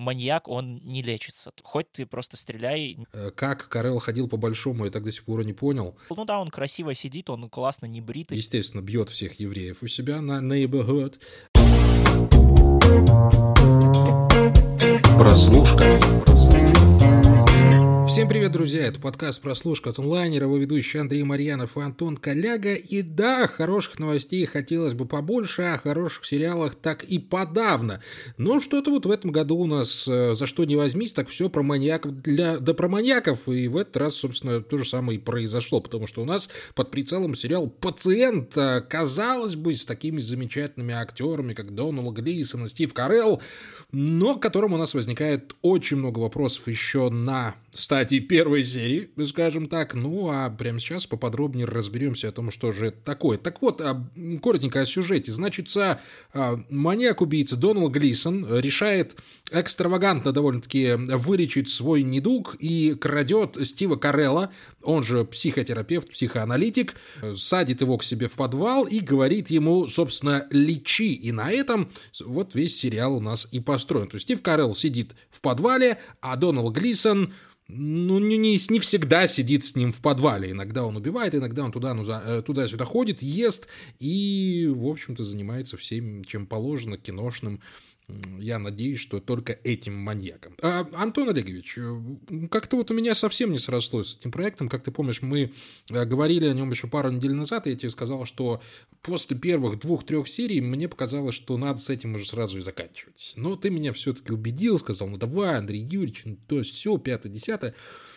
маньяк, он не лечится. Хоть ты просто стреляй. Как Карелл ходил по большому, я так до сих пор и не понял. Ну да, он красиво сидит, он классно не бритый. Естественно, бьет всех евреев у себя на neighborhood. Прослушка. Всем привет, друзья! Это подкаст «Прослушка» от онлайнера, его ведущий Андрей Марьянов и Антон Коляга. И да, хороших новостей хотелось бы побольше, а о хороших сериалах так и подавно. Но что-то вот в этом году у нас, за что не возьмись, так все про маньяков про маньяков. И в этот раз, собственно, то же самое и произошло, потому что у нас под прицелом сериал «Пациент», казалось бы, с такими замечательными актерами, как Дональд Глисон и Стив Карелл, но к которым у нас возникает очень много вопросов еще на стадии первой серии, скажем так. Ну, а прямо сейчас поподробнее разберемся о том, что же это такое. Так вот, коротенько о сюжете. Значится, маньяк-убийца Дональд Глисон решает экстравагантно довольно-таки вылечить свой недуг и крадет Стива Карелла, он же психотерапевт, психоаналитик, садит его к себе в подвал и говорит ему, собственно, лечи. И на этом вот весь сериал у нас и построен. То есть Стив Карелл сидит в подвале, а Дональд Глисон не всегда сидит с ним в подвале. Иногда он убивает, иногда он туда-сюда ходит, ест и, в общем-то, занимается всем, чем положено, киношным. Я надеюсь, что только этим маньяком. Антон Олегович, как-то вот у меня совсем не срослось с этим проектом. Как ты помнишь, мы говорили о нем еще пару недель назад, и я тебе сказал, что после первых 2-3 серий мне показалось, что надо с этим уже сразу и заканчивать. Но ты меня все-таки убедил, сказал, ну давай, Андрей Юрьевич, то есть все, 5-10.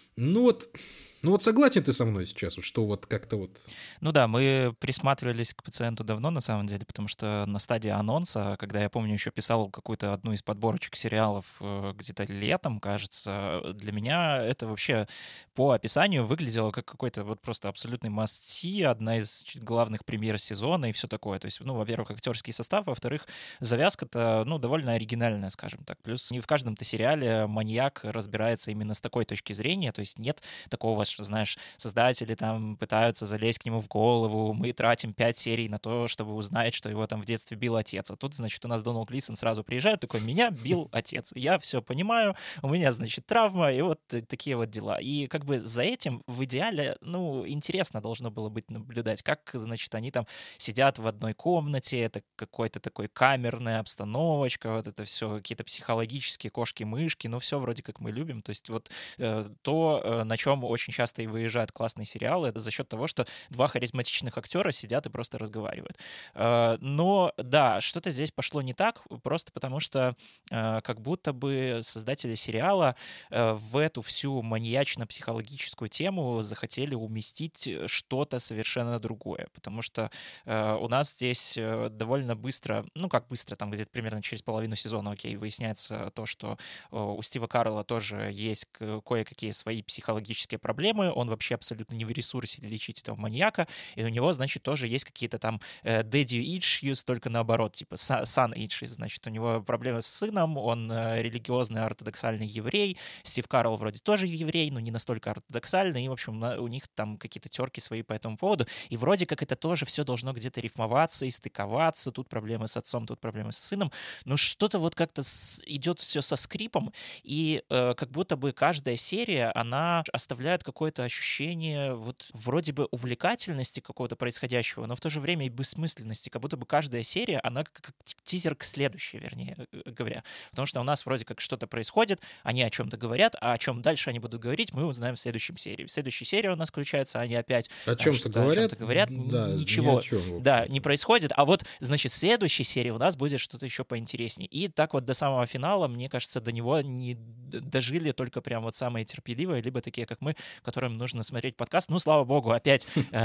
Ну вот согласен ты со мной сейчас, что вот как-то вот... Ну да, мы присматривались к «Пациенту» давно, на самом деле, потому что на стадии анонса, когда я помню, еще писал какую-то одну из подборочек сериалов где-то летом, кажется, для меня это вообще по описанию выглядело как какой-то вот просто абсолютный must-see, одна из главных премьер сезона и все такое. То есть, ну, во-первых, актерский состав, во-вторых, завязка-то, ну, довольно оригинальная, скажем так. Плюс не в каждом-то сериале маньяк разбирается именно с такой точки зрения, то есть нет такого, что, знаешь, создатели там пытаются залезть к нему в голову, мы тратим 5 серий на то, чтобы узнать, что его там в детстве бил отец. А тут, значит, у нас Дональд Глисон сразу приезжает, такой, меня бил отец. Я все понимаю, у меня, значит, травма, и вот такие вот дела. И как бы за этим в идеале, ну, интересно должно было быть наблюдать, как, значит, они там сидят в одной комнате, это какой-то такой камерная обстановочка, вот это все, какие-то психологические кошки-мышки, ну, все вроде как мы любим. То есть вот то, на чем очень часто и выезжают классные сериалы, это за счет того, что два харизматичных актера сидят и просто разговаривают. Но да, что-то здесь пошло не так, просто потому что как будто бы создатели сериала в эту всю маньячно-психологическую тему захотели уместить что-то совершенно другое, потому что у нас здесь довольно быстро, ну как быстро, там где-то примерно через половину сезона, окей, выясняется то, что у Стива Карелла тоже есть кое-какие свои психологические проблемы, он вообще абсолютно не в ресурсе лечить этого маньяка, и у него, значит, тоже есть какие-то там daddy issues, только наоборот, типа son issues, значит, у него проблемы с сыном, он религиозный ортодоксальный еврей, Стив Карелл вроде тоже еврей, но не настолько ортодоксальный, и, в общем, у них там какие-то терки свои по этому поводу, и вроде как это тоже все должно где-то рифмоваться и стыковаться, тут проблемы с отцом, тут проблемы с сыном, но что-то вот как-то идет все со скрипом, и как будто бы каждая серия, она оставляет какое-то ощущение вот вроде бы увлекательности какого-то происходящего, но в то же время и бессмысленности, как будто бы каждая серия, она как тизер к следующей, вернее говоря. Потому что у нас вроде как что-то происходит, они о чем-то говорят, а о чем дальше они будут говорить, мы узнаем в следующем серии. В следующей серии у нас включается, они опять о чем-то говорят, да, ничего чем, не происходит, а вот, значит, в следующей серии у нас будет что-то еще поинтереснее. И так вот до самого финала, мне кажется, до него не дожили только прям вот самые терпеливые, либо такие, как мы, которым нужно смотреть подкаст. Ну, слава богу, опять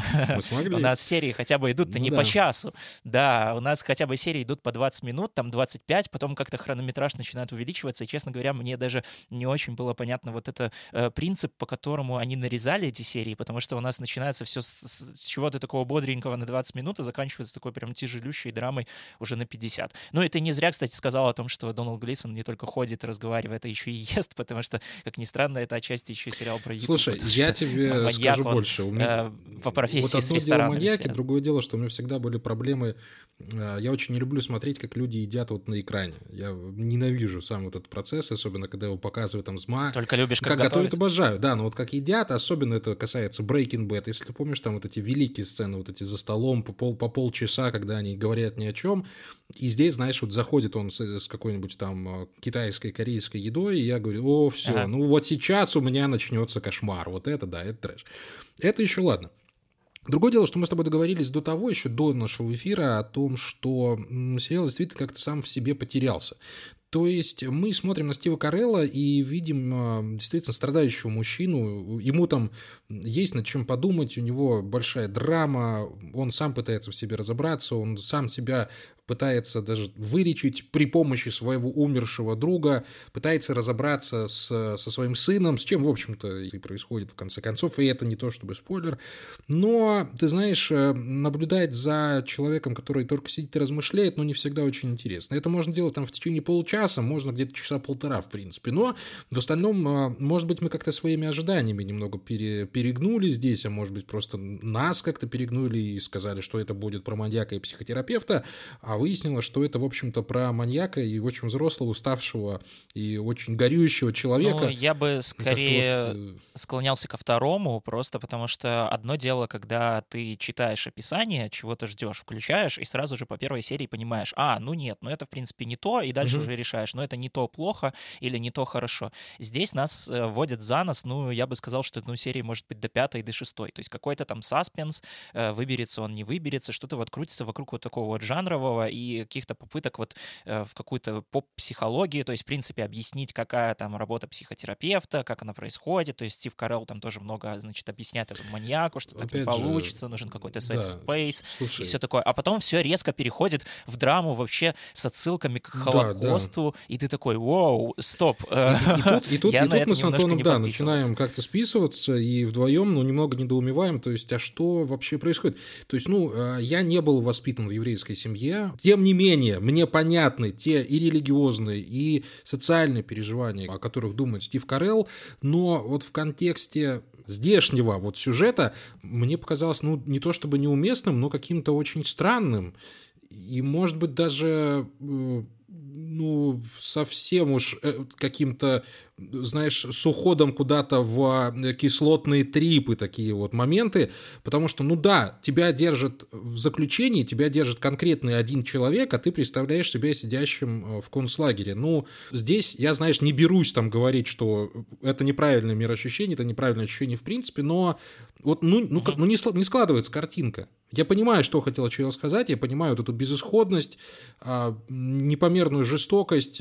у нас серии хотя бы идут-то не по часу. Да, у нас хотя бы серии идут по 20 минут, там 25, потом как-то хронометраж начинает увеличиваться, и, честно говоря, мне даже не очень было понятно вот это принцип, по которому они нарезали эти серии, потому что у нас начинается все с чего-то такого бодренького на 20 минут, и заканчивается такой прям тяжелющей драмой уже на 50. Ну, и ты не зря, кстати, сказал о том, что Дональд Глисон не только ходит, разговаривает, а еще и маньяк-садист, потому что, как ни странно, это отчасти еще сериал про еду. Слушай, я тебе скажу больше. По профессии вот с одно дело ресторанами маньяки, связан. другое дело, что у меня всегда были проблемы. Я очень не люблю смотреть, как люди едят вот на экране. Я ненавижу сам вот этот процесс, особенно когда его показывают там Только любишь, как готовят, готовят? обожаю. Да, но вот как едят, особенно это касается Breaking Bad. Если ты помнишь, там вот эти великие сцены, вот эти за столом по полчаса, когда они говорят ни о чем. И здесь, знаешь, вот заходит он с какой-нибудь там китайской, корейской едой, и я говорю, о, все, ну вот сейчас у меня начнется кошмар. Вот это да, это трэш. Это еще ладно. Другое дело, что мы с тобой договорились до того, еще до нашего эфира, о том, что сериал действительно как-то сам в себе потерялся. То есть мы смотрим на Стива Карелла и видим действительно страдающего мужчину. Ему там есть над чем подумать, у него большая драма, он сам пытается в себе разобраться, он сам себя пытается даже вылечить при помощи своего умершего друга, пытается разобраться со своим сыном, с чем, в общем-то, и происходит в конце концов, и это не то чтобы спойлер. Но, ты знаешь, наблюдать за человеком, который только сидит и размышляет, ну, не всегда очень интересно. Это можно делать там в течение получаса, можно где-то часа полтора, в принципе. Но в остальном, может быть, мы как-то своими ожиданиями немного перегнули здесь, а может быть, просто нас как-то перегнули и сказали, что это будет про маньяка и психотерапевта, а выяснилось, что это, в общем-то, про маньяка и очень взрослого, уставшего и очень горюющего человека. Ну, я бы скорее склонялся ко второму, просто потому что одно дело, когда ты читаешь описание, чего ты ждешь, включаешь, и сразу же по первой серии понимаешь, ну нет, ну это, в принципе, не то, и дальше уже решаешь, это не то плохо или не то хорошо. Здесь нас вводят за нос, я бы сказал, что серии может быть до 5-й, до 6-й, то есть какой-то там саспенс, выберется он, не выберется, что-то вот крутится вокруг вот такого вот жанрового и каких-то попыток вот в какую-то поп-психологию, то есть, в принципе, объяснить, какая там работа психотерапевта, как она происходит, то есть Стив Карелл там тоже много, значит, объясняет этому маньяку, что так не получится, нужен какой-то safe space и все такое, а потом все резко переходит в драму вообще с отсылками к Холокосту, и ты такой, вау, стоп. И тут мы с Антоном, начинаем как-то списываться, и вдвоем, немного недоумеваем, то есть, а что вообще происходит? То есть, я не был воспитан в еврейской семье, тем не менее, мне понятны те и религиозные, и социальные переживания, о которых думает Стив Карелл, но вот в контексте здешнего вот сюжета мне показалось, не то чтобы неуместным, но каким-то очень странным, и, может быть, даже совсем уж каким-то, знаешь, с уходом куда-то в кислотные трипы такие вот моменты, потому что, тебя держит в заключении, тебя держит конкретный один человек, а ты представляешь себя сидящим в концлагере. Здесь я, знаешь, не берусь там говорить, что это неправильное мироощущение, это неправильное ощущение в принципе, но вот, не складывается картинка. Я понимаю, что хотел человек сказать, я понимаю вот эту безысходность, непомерную жестокость,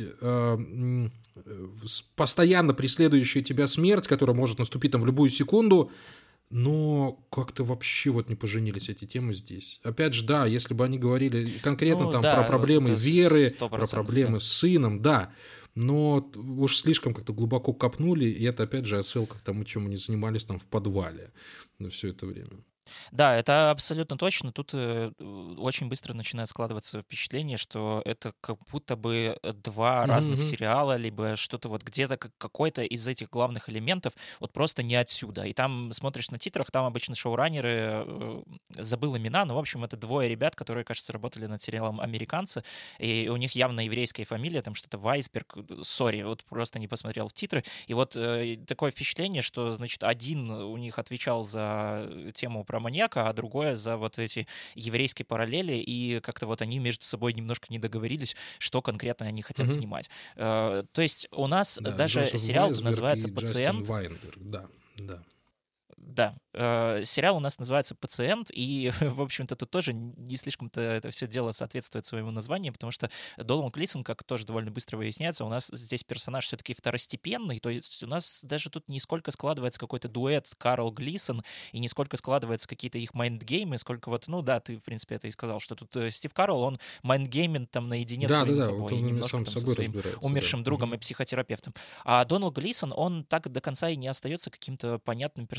постоянно преследующая тебя смерть, которая может наступить там в любую секунду, но как-то вообще вот не поженились эти темы здесь. Опять же, если бы они говорили конкретно про проблемы веры, 100%, про проблемы с сыном, но уж слишком как-то глубоко копнули, и это, опять же, отсылка к тому, чем они занимались там в подвале все это время. Да, это абсолютно точно. Тут очень быстро начинает складываться впечатление, что это как будто бы два разных сериала, либо что-то вот где-то какой-то из этих главных элементов вот просто не отсюда. И там смотришь на титрах, там обычно шоураннеры, забыл имена, но, в общем, это двое ребят, которые, кажется, работали над сериалом «Американцы», и у них явно еврейская фамилия, там что-то Вайсберг, сори, вот просто не посмотрел в титры. И вот такое впечатление, что, значит, один у них отвечал за тему про маньяка, а другое за вот эти еврейские параллели, и как-то вот они между собой немножко не договорились, что конкретно они хотят снимать. То есть у нас даже Джозеф сериал Вайсберг называется и «Пациент». Джастин Вайнберг, да. Да, сериал у нас называется «Пациент», и, в общем-то, тут тоже не слишком-то это все дело соответствует своему названию, потому что Дональд Глисон, как тоже довольно быстро выясняется, у нас здесь персонаж все-таки второстепенный, то есть у нас даже тут не сколько складывается какой-то дуэт Карл Глисон, и не сколько складываются какие-то их майндгеймы, сколько вот, ты, в принципе, это и сказал, что тут Стив Карл, он майндгеймит там наедине с самим собой, вот и немножко там со своим умершим другом и психотерапевтом. А Дональд Глисон, он так до конца и не остается каким-то понятным персонажем,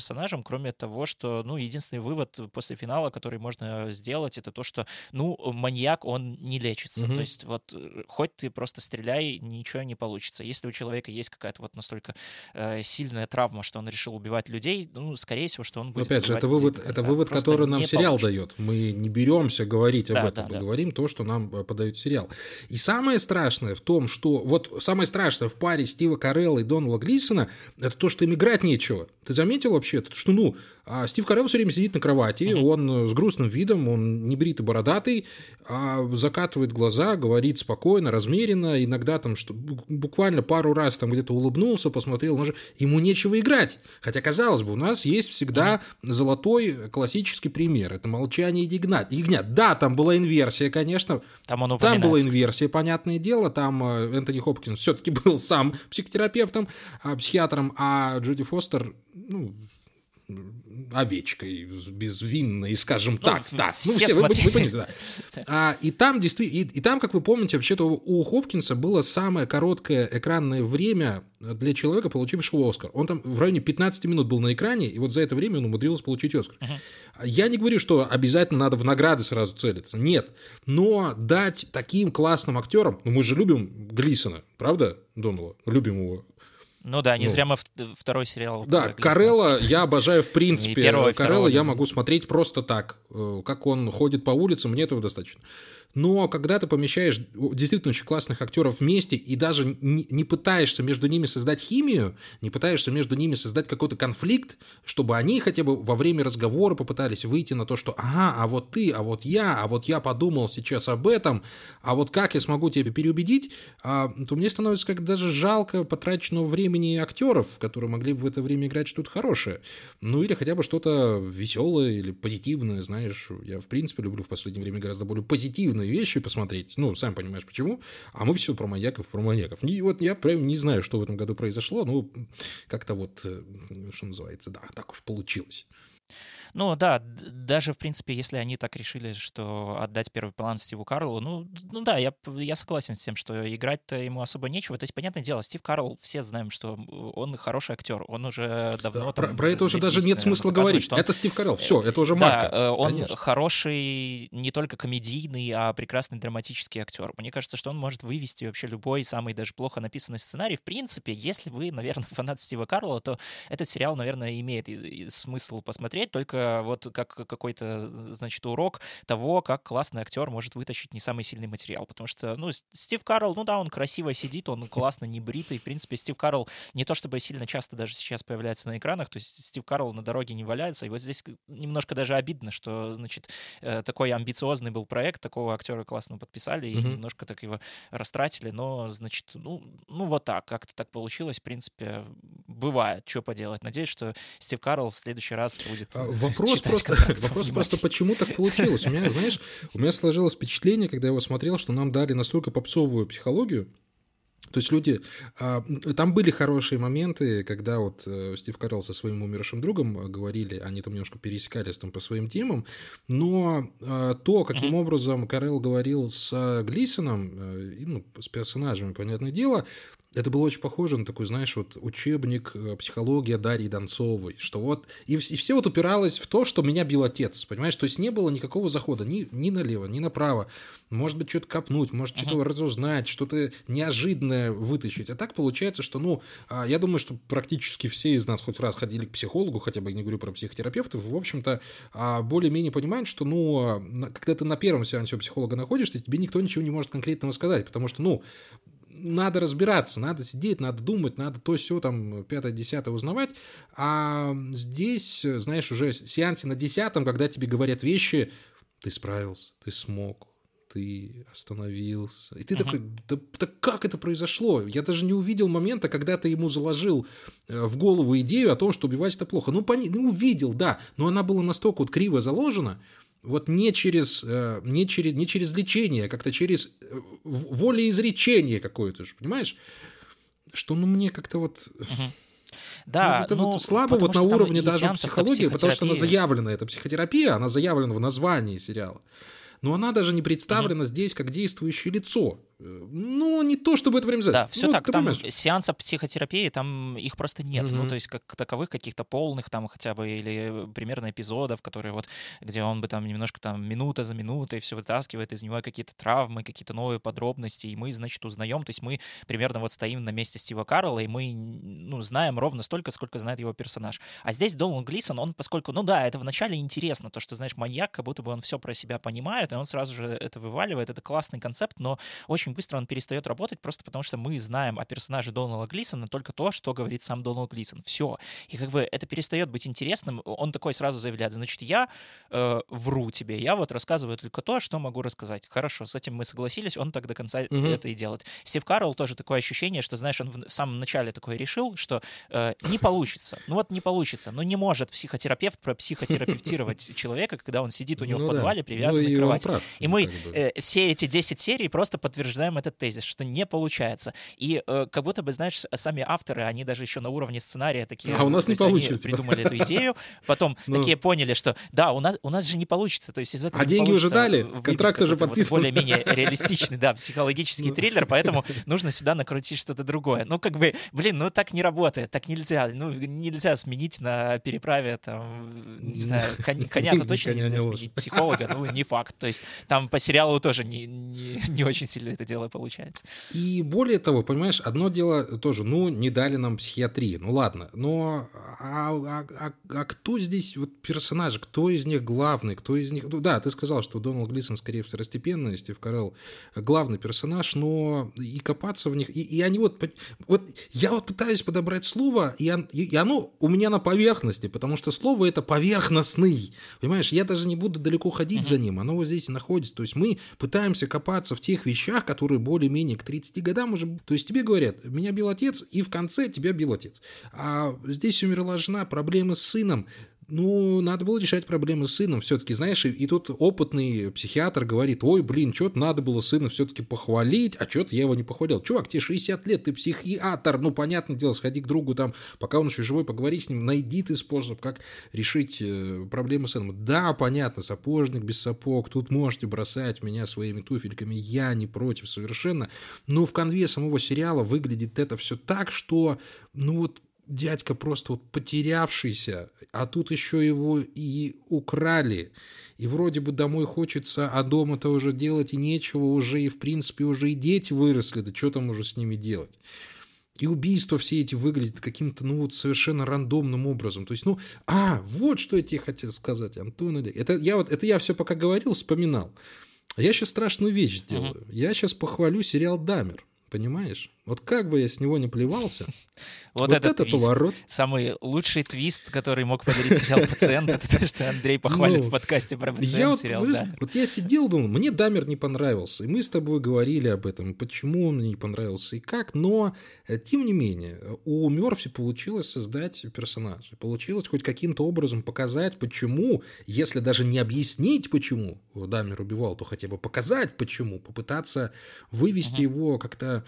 кроме того, что, ну, единственный вывод после финала, который можно сделать, это то, что, ну, маньяк, он не лечится. То есть вот хоть ты просто стреляй, ничего не получится. Если у человека есть какая-то вот настолько сильная травма, что он решил убивать людей, ну, скорее всего, что он будет опять же, это вывод, который нам сериал дает. Мы не беремся говорить об этом, мы говорим то, что нам подает сериал. И самое страшное в том, что вот самое страшное в паре Стива Карелла и Дональда Глисона, это то, что им играть нечего. Ты заметил вообще, что, ну, Стив Карелл все время сидит на кровати, он с грустным видом, он не бритый, бородатый, закатывает глаза, говорит спокойно, размеренно, иногда там что, буквально пару раз там где-то улыбнулся, посмотрел, ему нечего играть. Хотя, казалось бы, у нас есть всегда золотой классический пример. Это «Молчание ягнят». Да, там была инверсия, конечно. Там была инверсия, понятное дело. Там Энтони Хопкинс все-таки был сам психотерапевтом, психиатром, а Джоди Фостер, ну, овечкой безвинной, скажем так. Да. Ну, все, вы понимаете, да. И там, действительно, и там, как вы помните, вообще-то у Хопкинса было самое короткое экранное время для человека, получившего «Оскар». Он там в районе 15 минут был на экране, и вот за это время он умудрился получить «Оскар». Я не говорю, что обязательно надо в награды сразу целиться. Нет. Но дать таким классным актерам, ну, мы же любим Глисона, правда, Доннелла? Любим его. Ну да, не зря мы второй сериал. Да, Карелла я обожаю в принципе. Карелла я могу смотреть просто так. Как он ходит по улицам, мне этого достаточно. Но когда ты помещаешь действительно очень классных актеров вместе и даже не пытаешься между ними создать химию, не пытаешься между ними создать какой-то конфликт, чтобы они хотя бы во время разговора попытались выйти на то, что ага, а вот ты, а вот я подумал сейчас об этом, а вот как я смогу тебя переубедить, то мне становится как даже жалко потраченного времени актеров, которые могли бы в это время играть что-то хорошее. Ну или хотя бы что-то веселое или позитивное, знаешь. Я в принципе люблю в последнее время гораздо более позитивные вещи посмотреть, ну, сам понимаешь, почему, а мы все про маньяков. И вот я прям не знаю, что в этом году произошло, ну, как-то вот, что называется, да, так уж получилось. Ну да, даже, в принципе, если они так решили, что отдать первый план Стиву Карлу, ну да, я согласен с тем, что играть-то ему особо нечего. То есть, понятное дело, Стив Карл, все знаем, что он хороший актер, он уже давно... Про это уже даже нет смысла говорить. Это Стив Карл, все, это уже марка. Да, он хороший не только комедийный, а прекрасный драматический актер. Мне кажется, что он может вывести вообще любой самый даже плохо написанный сценарий. В принципе, если вы, наверное, фанат Стива Карла, то этот сериал, наверное, имеет смысл посмотреть, только вот как какой-то, значит, урок того, как классный актер может вытащить не самый сильный материал. Потому что, ну, Стив Карл, ну да, он красиво сидит, он классно не бритый. В принципе, Стив Карл не то чтобы сильно часто даже сейчас появляется на экранах, то есть Стив Карл на дороге не валяется. И вот здесь немножко даже обидно, что, значит, такой амбициозный был проект, такого актера классно подписали и немножко так его растратили, но, значит, ну вот так, как-то так получилось. В принципе, бывает, что поделать. Надеюсь, что Стив Карл в следующий раз будет... Вопрос просто, почему так получилось. У меня сложилось впечатление, когда я его смотрел, что нам дали настолько попсовую психологию. То есть люди... Там были хорошие моменты, когда вот Стив Карелл со своим умершим другом говорили, они там немножко пересекались там по своим темам, но то, каким образом Карелл говорил с Глисоном, ну, с персонажами, понятное дело, это было очень похоже на такой, знаешь, вот учебник «Психология» Дарьи Донцовой, что вот... И все вот упиралось в то, что меня бил отец, понимаешь? То есть не было никакого захода ни налево, ни направо. Может быть, что-то копнуть, может, что-то разузнать, что-то неожиданное вытащить. А так получается, что, ну, я думаю, что практически все из нас хоть раз ходили к психологу, хотя бы я не говорю про психотерапевтов, в общем-то, более-менее понимают, что, ну, когда ты на первом сеансе у психолога находишься, тебе никто ничего не может конкретного сказать, потому что, ну, надо разбираться, надо сидеть, надо думать, надо то все там 5-10 узнавать, а здесь, знаешь, уже в сеансе на 10, когда тебе говорят вещи, ты справился, ты смог, ты остановился, и ты такой, да как это произошло? Я даже не увидел момента, когда ты ему заложил в голову идею о том, что убивать это плохо. Ну, увидел, да, но она была настолько вот криво заложена, вот не через лечение, а как-то через волеизречение какое-то, понимаешь? Что, ну, мне как-то вот... Да, это вот слабо вот на уровне даже психологии, потому что она заявлена, это психотерапия, она заявлена в названии сериала. Но она даже не представлена здесь как действующее лицо. Ну, не то, чтобы это прям... Да, все ну, так. Там понимаешь. сеансов психотерапии, там их просто нет. Ну, то есть как таковых каких-то полных там хотя бы или примерно эпизодов, которые вот, где он бы там немножко там минута за минутой все вытаскивает из него какие-то травмы, какие-то новые подробности, и мы, значит, узнаем, то есть мы примерно вот стоим на месте Стива Карелла, и мы, ну, знаем ровно столько, сколько знает его персонаж. А здесь Дональд Глисон, он, поскольку, ну да, это вначале интересно, то, что, знаешь, маньяк, как будто бы он все про себя понимает, и он сразу же это вываливает, это классный концепт, но очень быстро он перестает работать просто потому, что мы знаем о персонаже Дональда Глисона только то, что говорит сам Дональд Глисон. Все. И как бы это перестает быть интересным. Он такой сразу заявляет, значит, я вру тебе, я вот рассказываю только то, что могу рассказать. Хорошо, с этим мы согласились, он так до конца это и делает. Стив Карелл тоже такое ощущение, что, знаешь, он в самом начале такое решил, что не получится. Ну вот не получится. Ну не может психотерапевт пропсихотерапевтировать человека, когда он сидит у него в подвале, привязанный к кровати. И мы все эти 10 серий просто подтверждаем этот тезис, что не получается. И как будто бы, знаешь, сами авторы, они даже еще на уровне сценария такие... А у нас не получится. Придумали эту идею, потом такие поняли, что да, у нас же не получится. То есть из этого а деньги уже дали? Контракт уже подписан? Более-менее реалистичный, да, психологический триллер, поэтому нужно сюда накрутить что-то другое. Ну, как бы, блин, ну так не работает, так нельзя. Ну, нельзя сменить на переправе, там, не знаю, коня-то точно нельзя сменить, психолога, ну, не факт. То есть там по сериалу тоже не очень сильно это дело получается. И более того, понимаешь, одно дело тоже, ну, не дали нам психиатрии, ну ладно, но кто здесь вот персонажи, кто из них главный, кто из них... Ну, да, ты сказал, что Дональд Глисон скорее второстепенный, Стив Карелл главный персонаж, но и копаться в них, и они вот я вот пытаюсь подобрать слово, и оно у меня на поверхности, потому что слово это поверхностный, понимаешь, я даже не буду далеко ходить за ним, оно вот здесь и находится, то есть мы пытаемся копаться в тех вещах, которые более-менее к 30 годам уже... То есть тебе говорят, меня бил отец, и в конце тебя бил отец. А здесь умерла жена, проблемы с сыном. Ну, надо было решать проблемы с сыном все-таки, знаешь, и тут опытный психиатр говорит, ой, блин, что-то надо было сына все-таки похвалить, а что-то я его не похвалил. Чувак, тебе 60 лет, ты психиатр, ну, понятное дело, сходи к другу там, пока он еще живой, поговори с ним, найди ты способ, как решить проблемы с сыном. Да, понятно, сапожник без сапог, тут можете бросать меня своими туфельками, я не против совершенно, но в конве самого сериала выглядит это все так, что, ну, вот, дядька просто вот потерявшийся, а тут еще его и украли. И вроде бы домой хочется, а дома-то уже делать и нечего уже, и в принципе уже и дети выросли, да что там уже с ними делать? И убийства все эти выглядят каким-то, ну вот, совершенно рандомным образом. То есть, ну, вот что я тебе хотел сказать, Антон. Это я все пока говорил, вспоминал. Я сейчас страшную вещь сделаю. Я сейчас похвалю сериал «Дамер». Понимаешь? Вот как бы я с него не плевался, вот это твист. Поворот. Самый лучший твист, который мог подарить сериал «Пациент», это то, что Андрей похвалит в подкасте про «Пациент» сериал «Дамер». Вот я сидел, думал, мне «Дамер» не понравился, и мы с тобой говорили об этом, почему он мне не понравился и как, но, тем не менее, у Мёрфи получилось создать персонажа, получилось хоть каким-то образом показать, почему, если даже не объяснить, почему Дамер убивал, то хотя бы показать, почему, попытаться вывести его как-то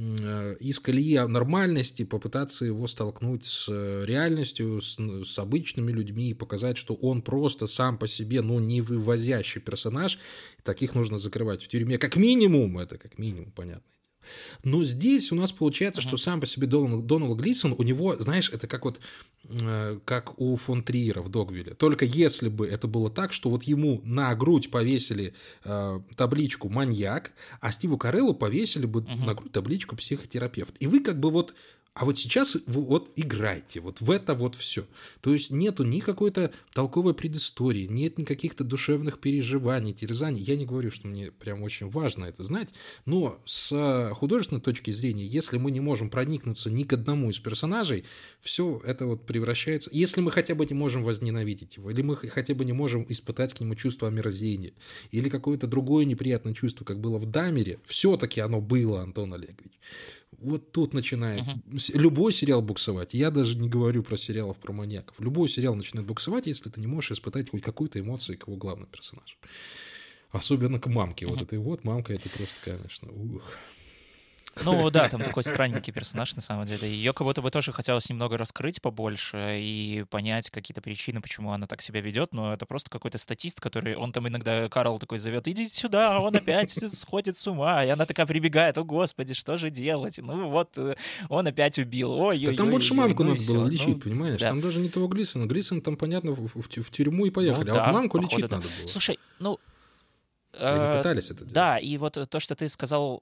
из колеи нормальности, попытаться его столкнуть с реальностью, с обычными людьми и показать, что он просто сам по себе, ну, не вывозящий персонаж. Таких нужно закрывать в тюрьме. Как минимум, это как минимум, понятно. Но здесь у нас получается, что сам по себе Дональд Глисон, у него, знаешь, это как вот как у фон Триера в «Догвилле». Только если бы это было так, что вот ему на грудь повесили табличку «маньяк», а Стиву Кареллу повесили бы на грудь табличку «психотерапевт». И вы как бы вот... А вот сейчас вот играйте, вот в это вот все. То есть нету ни какой-то толковой предыстории, нет никаких-то душевных переживаний, терзаний. Я не говорю, что мне прям очень важно это знать, но с художественной точки зрения, если мы не можем проникнуться ни к одному из персонажей, все это вот превращается... Если мы хотя бы не можем возненавидеть его, или мы хотя бы не можем испытать к нему чувство омерзения, или какое-то другое неприятное чувство, как было в «Дамере», все-таки оно было, Антон Олегович. Вот тут начинает любой сериал буксовать. Я даже не говорю про сериалов про маньяков. Любой сериал начинает буксовать, если ты не можешь испытать хоть какую-то эмоцию к его главному персонажу. Особенно к мамке. Вот этой вот мамка, это просто, конечно, Ну да, там такой странненький персонаж, на самом деле. Ее как будто бы тоже хотелось немного раскрыть побольше и понять какие-то причины, почему она так себя ведет, но это просто какой-то статист, который, он там иногда, Карл такой зовет: идите сюда, он опять сходит с ума, и она такая прибегает: о господи, что же делать? Ну вот, он опять убил, ой-ой-ой. Да там больше мамку ну надо было лечить, ну, понимаешь? да. Там даже не того Глисона. Глисон там, понятно, в тюрьму и поехали. Ну, А вот да, мамку походу, лечить да. надо было. Слушай, ну, И они пытались это делать. да, и вот то, что ты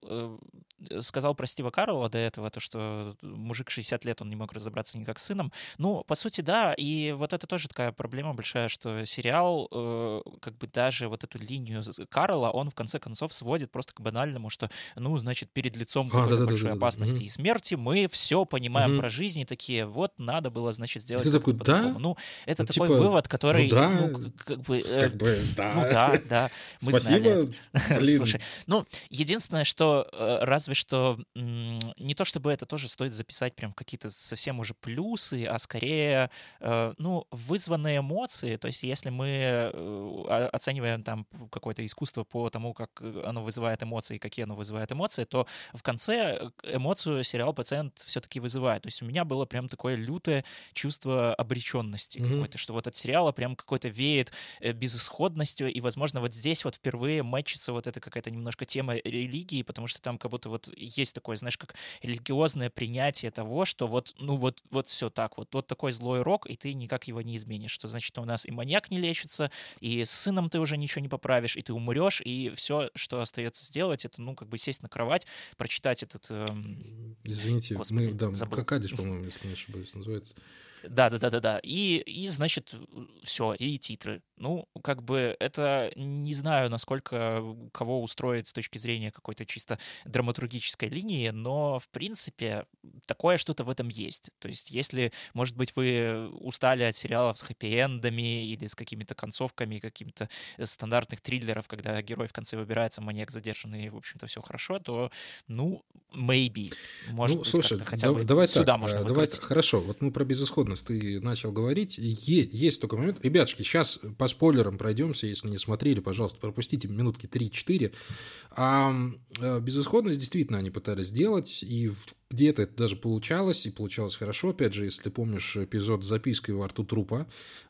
сказал про Стива Карелла до этого, то, что мужик 60 лет, он не мог разобраться никак с сыном. Ну, по сути, да, и вот это тоже такая проблема большая, что сериал, как бы даже вот эту линию Карелла, он в конце концов сводит просто к банальному, что, ну, значит, перед лицом какой-то большой опасности и смерти мы все понимаем про жизнь и такие, вот надо было, значит, сделать как-то такой, по-другому. да? Ну, это Ну, такой типа, вывод, который, ну, да, ну, как бы, да. ну, да, мы Спасибо, знали это. блин. Слушай, ну, единственное, что разве что не то чтобы это тоже стоит записать прям какие-то совсем уже плюсы, а скорее, ну, вызванные эмоции. То есть если мы оцениваем там какое-то искусство по тому, как оно вызывает эмоции, какие оно вызывает эмоции, то в конце эмоцию сериал «Пациент» все-таки вызывает. То есть у меня было прям такое лютое чувство обреченности какой-то, что вот от сериала прям какой-то веет безысходностью, и, возможно, вот здесь вот впервые мэчится вот эта какая-то немножко тема религии, потому что там как будто вот есть такое, знаешь, как религиозное принятие того, что вот, ну вот все так, вот такой злой рок, и ты никак его не изменишь, что значит, у нас и маньяк не лечится, и с сыном ты уже ничего не поправишь, и ты умрешь, и все, что остается сделать, это, ну, как бы сесть на кровать, прочитать этот... Извините, Господи, мы, да, забыл. Какадиш, по-моему, если не ошибаюсь, называется. Да. И, значит, все, и титры. Ну, как бы это не знаю, насколько кого устроит с точки зрения какой-то чисто драматургической линии, но, в принципе, такое что-то в этом есть. То есть если, может быть, вы устали от сериалов с хэппи-эндами или с какими-то концовками, какими-то стандартных триллеров, когда герой в конце выбирается, маньяк задержанный, и, в общем-то, все хорошо, то, ну, maybe. Может быть, слушай, как-то хотя бы давай сюда так, можно давай, выкрутить. хорошо, вот мы про безысходность ты начал говорить, есть такой момент, ребятушки, сейчас по спойлерам пройдемся, если не смотрели, пожалуйста, пропустите минутки 3-4, безысходность действительно они пытались сделать, и где-то это даже получалось, и получалось хорошо, опять же, если ты помнишь эпизод с запиской во рту трупа,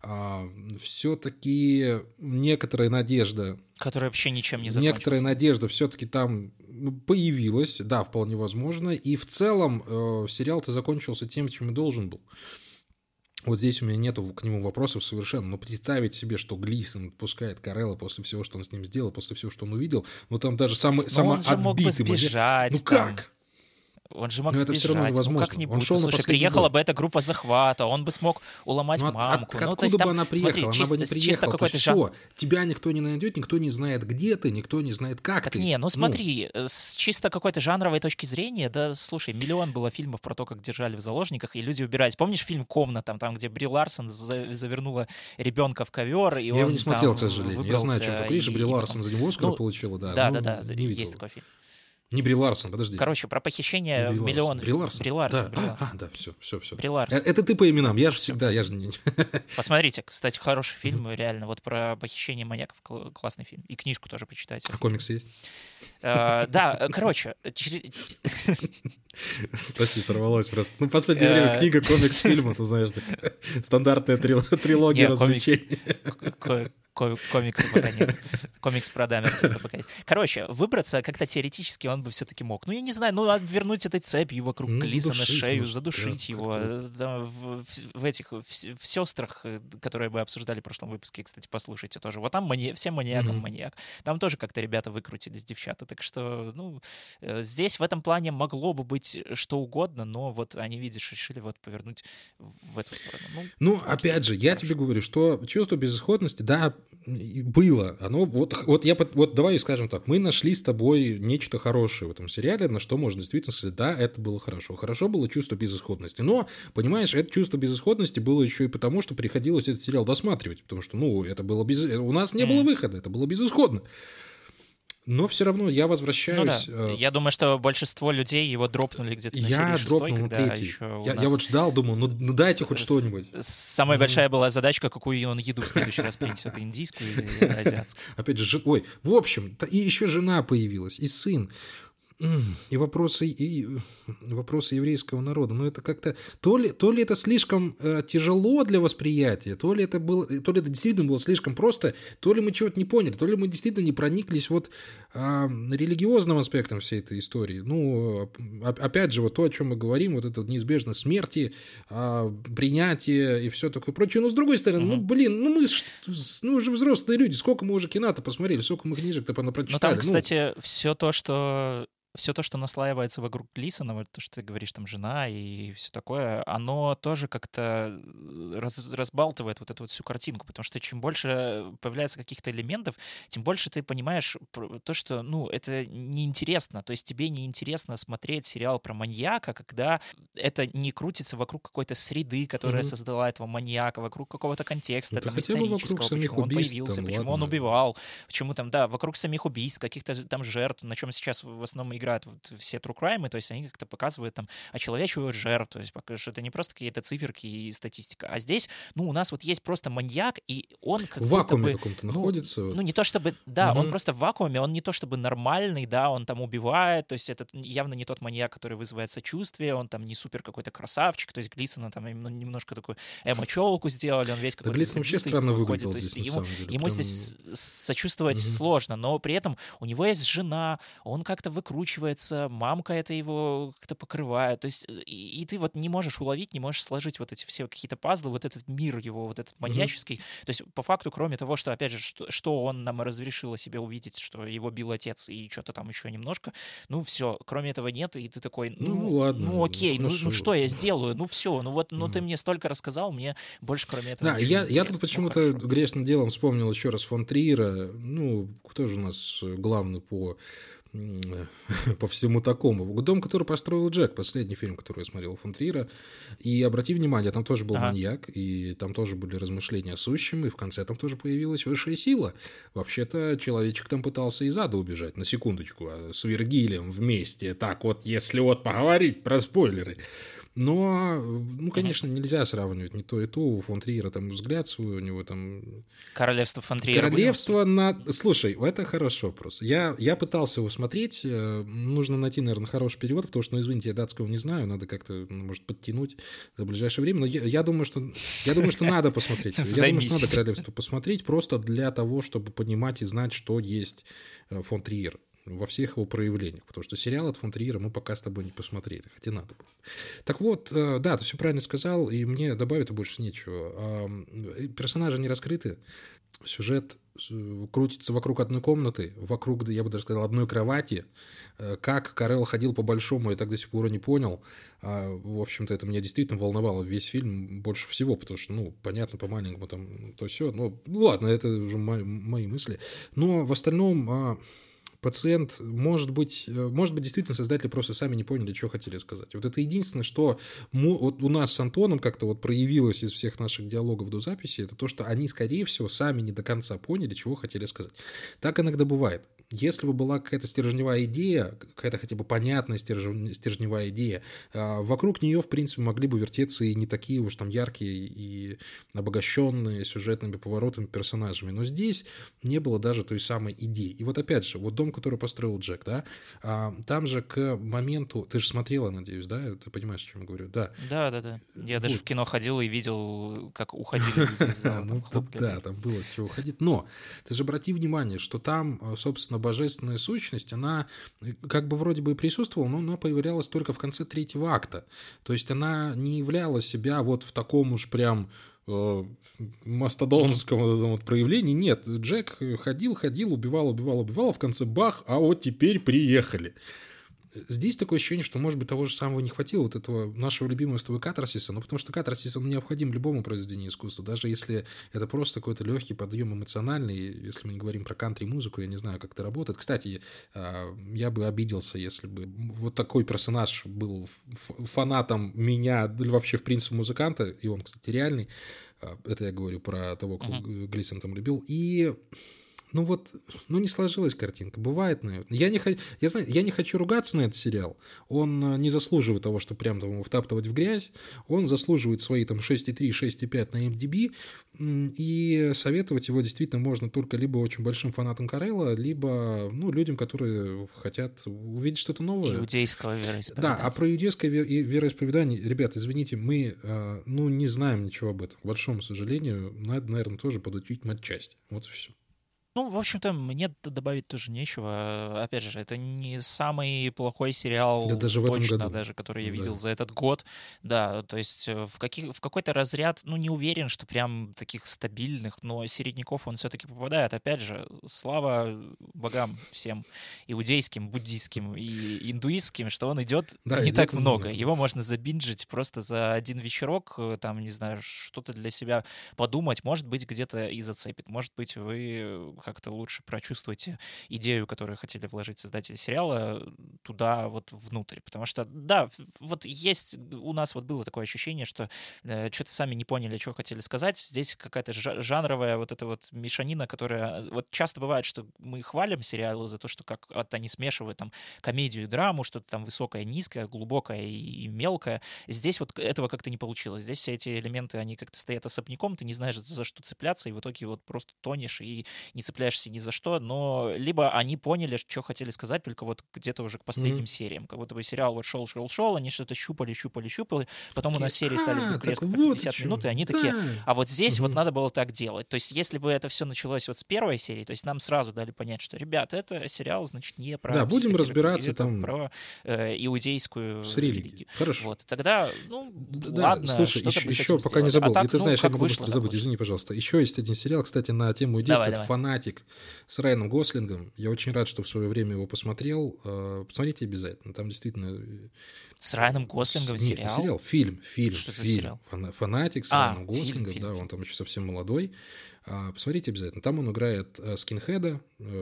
все-таки некоторая надежда... Которая вообще ничем не закончилась. Некоторая надежда все-таки там появилась, да, вполне возможно, и в целом сериал-то закончился тем, чем и должен был. Вот здесь у меня нету к нему вопросов совершенно, но представить себе, что Глисон отпускает Карелла после всего, что он с ним сделал, после всего, что он увидел, ну там даже самый он же мог бы сбежать. Ну как? Он же мог это сбежать. все равно невозможно. Ну как-нибудь. Он шел Слушай, приехала бы эта группа захвата, он бы смог уломать мамку. Откуда то есть, там, бы она приехала? Смотри, она бы не приехала. То есть все, тебя никто не найдет, никто не знает, где ты, никто не знает, как так ты. Не, смотри, с чисто какой-то жанровой точки зрения, да, слушай, миллион было фильмов про то, как держали в заложниках, и люди убирались. Помнишь фильм «Комната», там, где Бри Ларсон завернула ребенка в ковер, и я он его не смотрел, там к сожалению. выбрался, Я знаю, о чем такое. Бри Ларсон за него Оскар получила, да. Да, есть такой фильм. Не Бри Ларсон, подожди. Короче, про похищение миллион... Бри Ларсон? Бри Ларсон. Да, все. Бри Ларсон. Это ты по именам, я же не... Посмотрите, кстати, хороший фильм, реально, вот про похищение маньяков, классный фильм. И книжку тоже почитайте. А комиксы есть? Да, короче... Прости, сорвалось просто. Ну, в последнее время книга, комикс, фильм, ты знаешь, стандартная трилогия развлечений. Комиксы пока нет. Комикс про Даммера пока есть. Короче, выбраться как-то теоретически он бы все-таки мог. Ну, я не знаю, вернуть этой цепью вокруг Глисона шею, задушить его. В этих, в «Сестрах», которые мы обсуждали в прошлом выпуске, кстати, послушайте тоже. Вот там всем маньякам маньяк. Там тоже как-то ребята выкрутились, девчата. Так что, здесь в этом плане могло бы быть что угодно, но вот они, видишь, решили вот повернуть в эту сторону. Опять же, я тебе говорю, что чувство безысходности, да, было. Оно давай скажем так, мы нашли с тобой нечто хорошее в этом сериале, на что можно действительно сказать, да, это было хорошо. Хорошо было чувство безысходности. Но, понимаешь, это чувство безысходности было еще и потому, что приходилось этот сериал досматривать, потому что, это было у нас не было выхода, это было безысходно. Но все равно я возвращаюсь... Я думаю, что большинство людей его дропнули где-то на серии 6, дропнул на 3. Я вот ждал, думаю, дайте хоть что-нибудь. Самая большая была задачка, какую он еду в следующий раз принесет, индийскую или азиатскую. Опять же, в общем, и еще жена появилась, и сын. вопросы еврейского народа. Но это как-то... То ли это слишком тяжело для восприятия, то ли это действительно было слишком просто, то ли мы чего-то не поняли, то ли мы действительно не прониклись вот религиозным аспектом всей этой истории. Ну, опять же, вот то, о чем мы говорим, вот это вот неизбежность смерти, принятие и все такое прочее. Но с другой стороны, мы же взрослые люди, сколько мы уже кино-то посмотрели, сколько мы книжек-то прочитали. Ну, там, кстати, все то, что наслаивается вокруг Глисона, вот то, что ты говоришь, там, жена и все такое, оно тоже как-то разбалтывает вот эту вот всю картинку, потому что чем больше появляется каких-то элементов, тем больше ты понимаешь то, что, ну, это неинтересно, то есть тебе неинтересно смотреть сериал про маньяка, когда это не крутится вокруг какой-то среды, которая создала этого маньяка, вокруг какого-то контекста, там, исторического, почему он появился, почему он убивал, почему там, да, вокруг самих убийств, каких-то там жертв, на чем сейчас в основном играют вот все true crime, то есть они как-то показывают там, очеловечивают жертв, то есть что это не просто какие-то циферки и статистика, а здесь, ну, у нас вот есть просто маньяк, и он как в вакууме каком-то находится. Ну, не то чтобы, да, он просто в вакууме, он не то чтобы нормальный, да, он там убивает, то есть это явно не тот маньяк, который вызывает сочувствие, он там не супер какой-то красавчик, то есть Глисона там немножко такую эмо-челку сделали, он весь какой-то... Глисон вообще странно выглядел здесь, на самом деле. Ему здесь сочувствовать сложно, но при этом у него есть жена, он как-то выкручивается, мамка это его как-то покрывает, то есть и ты вот не можешь уловить, не можешь сложить вот эти все какие-то пазлы, вот этот мир его, вот этот маньяческий, то есть по факту, кроме того, что, опять же, что он нам разрешил о себе увидеть, что его бил отец и что-то там еще немножко, ну все, кроме этого нет, и ты такой, ладно, ну окей, ну что я сделаю, ну все, ну вот, ну ты мне столько рассказал, мне больше кроме этого да, я тут почему-то грешным делом вспомнил еще раз фон Триера, ну, кто же у нас главный по всему такому. «Дом, который построил Джек», последний фильм, который я смотрел фон Триера. И обрати внимание, там тоже был маньяк, и там тоже были размышления о сущем, и в конце там тоже появилась высшая сила. Вообще-то человечек там пытался из ада убежать, на секундочку, с Вергилием вместе. Так вот, если вот поговорить про спойлеры. Но, ну, конечно, нельзя сравнивать ни то и то. У фон Триера там взгляд свой, у него там... Королевство фон Триера. Королевство на... Слушай, это хороший вопрос. Я пытался его смотреть. Нужно найти, наверное, хороший перевод, потому что, ну, извините, я датского не знаю. Надо как-то, может, подтянуть за ближайшее время. Но я думаю, что надо посмотреть. Я думаю, что надо «Королевство» посмотреть просто для того, чтобы понимать и знать, что есть фон Триер во всех его проявлениях, потому что сериал от фон Триера мы пока с тобой не посмотрели, хотя надо было. Так вот, да, ты все правильно сказал, и мне добавить больше нечего. Персонажи не раскрыты, сюжет крутится вокруг одной комнаты, вокруг, я бы даже сказал, одной кровати. Как Карел ходил по-большому, я так до сих пор и не понял. В общем-то, это меня действительно волновало весь фильм больше всего, потому что, ну, понятно, по-маленькому там то все. Ну, ладно, это уже мои мысли. Но в остальном... Пациент, может быть, действительно создатели просто сами не поняли, что хотели сказать. Вот это единственное, что вот у нас с Антоном как-то вот проявилось из всех наших диалогов до записи, это то, что они, скорее всего, сами не до конца поняли, чего хотели сказать. Так иногда бывает. Если бы была какая-то стержневая идея, какая-то хотя бы понятная стержневая идея, вокруг нее, в принципе, могли бы вертеться и не такие уж там яркие и обогащенные сюжетными поворотами персонажами. Но здесь не было даже той самой идеи. И вот опять же, вот «Дом, который построил Джек», да, там же к моменту... Ты же смотрела, надеюсь, да? Ты понимаешь, о чем я говорю? Да. Да. Я даже в кино ходил и видел, как уходили люди из зала. Да, там было с чего уходить. Но ты же обрати внимание, что там, собственно, божественная сущность, она как бы вроде бы и присутствовала, но она появлялась только в конце третьего акта. То есть она не являла себя вот в таком уж прям мастодонском вот проявлении. Нет, Джек ходил, убивал, а в конце бах, а вот теперь приехали. Здесь такое ощущение, что, может быть, того же самого не хватило, вот этого нашего любимого с тобой катарсиса, но потому что катарсис, он необходим любому произведению искусства, даже если это просто какой-то легкий подъем эмоциональный, если мы не говорим про кантри-музыку, я не знаю, как это работает. Кстати, я бы обиделся, если бы вот такой персонаж был фанатом меня, или вообще, в принципе, музыканта, и он, кстати, реальный, это я говорю про того, кого Глисон там любил, и... не сложилась картинка. Бывает, наверное. Я не хочу ругаться на этот сериал. Он не заслуживает того, чтобы прям там его втаптывать в грязь. Он заслуживает свои там 6,3, 6,5 на MDB. И советовать его действительно можно только либо очень большим фанатам Карелла, либо людям, которые хотят увидеть что-то новое. Иудейского вероисповедания. Да, а про иудейское вероисповедание, ребят, извините, мы не знаем ничего об этом. К большому сожалению, надо, наверное, тоже подучить матчасть. Вот и все. В общем-то, мне добавить тоже нечего. Опять же, это не самый плохой сериал, да, даже в этом году. Даже который я видел за этот год. Да, то есть в какой-то разряд, не уверен, что прям таких стабильных, но середняков он все-таки попадает. Опять же, слава богам всем иудейским, буддийским и индуистским, что он идет не так много. Его можно забинджить просто за один вечерок, там, не знаю, что-то для себя подумать, может быть, где-то и зацепит. Может быть, вы как-то лучше прочувствуйте идею, которую хотели вложить создатели сериала, туда вот внутрь. Потому что, да, вот есть у нас вот было такое ощущение, что что-то сами не поняли, что хотели сказать. Здесь какая-то жанровая вот эта вот мешанина, которая... Вот часто бывает, что мы хвалим сериалы за то, что как они смешивают там комедию и драму, что-то там высокое, низкое, глубокое и мелкое. Здесь вот этого как-то не получилось. Здесь все эти элементы, они как-то стоят особняком, ты не знаешь, за что цепляться, и в итоге вот просто тонешь и не цепляешься ни за что, но либо они поняли, что хотели сказать, только вот где-то уже к последним сериям. Как будто бы сериал вот шел, они что-то щупали, потом у нас серии стали резко по 50 минут, и они такие, а вот здесь вот надо было так делать. То есть если бы это все началось вот с первой серии, то есть нам сразу дали понять, что, ребят, это сериал, значит, не про... Да, будем разбираться там... про иудейскую религию. Хорошо. Вот, тогда, ладно, слушай, еще пока не забыл, и ты знаешь, я могу быстро забыть, извини, пожалуйста. Еще есть один сериал, кстати, на тему иудейства, это «Фанатик» с Райаном Гослингом. Я очень рад, что в свое время его посмотрел. Посмотрите обязательно. Там действительно... С Райаном Гослингом сериал? Не сериал, фильм. Что за сериал? «Фанатик» с Райаном Гослингом, да, он там еще совсем молодой. Посмотрите обязательно. Там он играет скинхеда,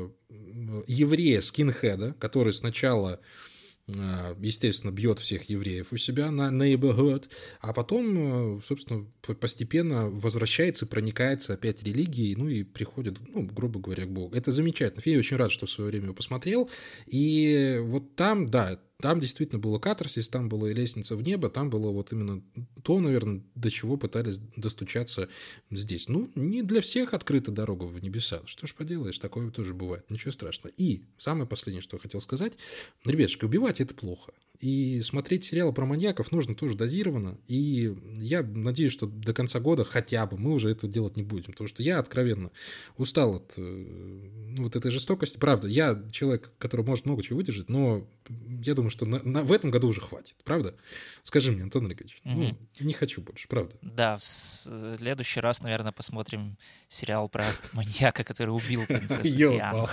еврея-скинхеда, который сначала... естественно, бьет всех евреев у себя на neighborhood, а потом, собственно, постепенно возвращается, проникается опять религией, и приходит, грубо говоря, к Богу. Это замечательно. Я очень рад, что в свое время его посмотрел. И вот там, да, там действительно было катарсис, там была и лестница в небо, там было вот именно то, наверное, до чего пытались достучаться здесь. Не для всех открыта дорога в небеса. Что ж поделаешь, такое тоже бывает. Ничего страшного. И самое последнее, что я хотел сказать. Ребятушки, убивать — это плохо. И смотреть сериалы про маньяков нужно тоже дозированно. И я надеюсь, что до конца года хотя бы мы уже этого делать не будем. Потому что я откровенно устал от вот этой жестокости. Правда, я человек, который может много чего выдержать, но я думаю, что в этом году уже хватит. Правда? Скажи мне, Антон Олегович. Не хочу больше, правда. Да, в следующий раз, наверное, посмотрим сериал про маньяка, который убил принцессу Диану.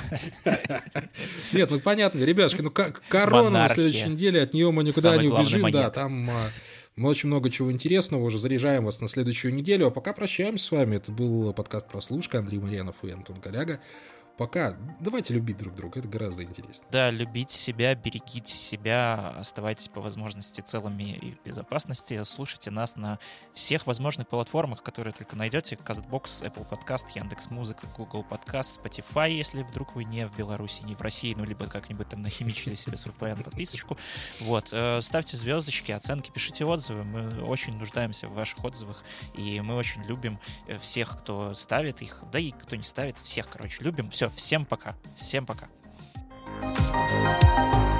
Нет, понятно, ребятушки, корона на следующей неделе, от нее мы никуда не убежим. Да, там очень много чего интересного. Уже заряжаем вас на следующую неделю. А пока прощаемся с вами. Это был подкаст «Прослушка». Андрей Марьянов и Антон Коляга. Пока давайте любить друг друга, это гораздо интереснее. Да, любите себя, берегите себя, оставайтесь по возможности целыми и в безопасности. Слушайте нас на всех возможных платформах, которые только найдете. CastBox, Apple Podcast, Яндекс.Музыка, Google Podcast, Spotify, если вдруг вы не в Беларуси, не в России, либо как-нибудь там нахимичили себе с VPN подписочку. Вот, ставьте звездочки, оценки, пишите отзывы. Мы очень нуждаемся в ваших отзывах, и мы очень любим всех, кто ставит их, да и кто не ставит, всех, любим. Все, всем пока. Всем пока.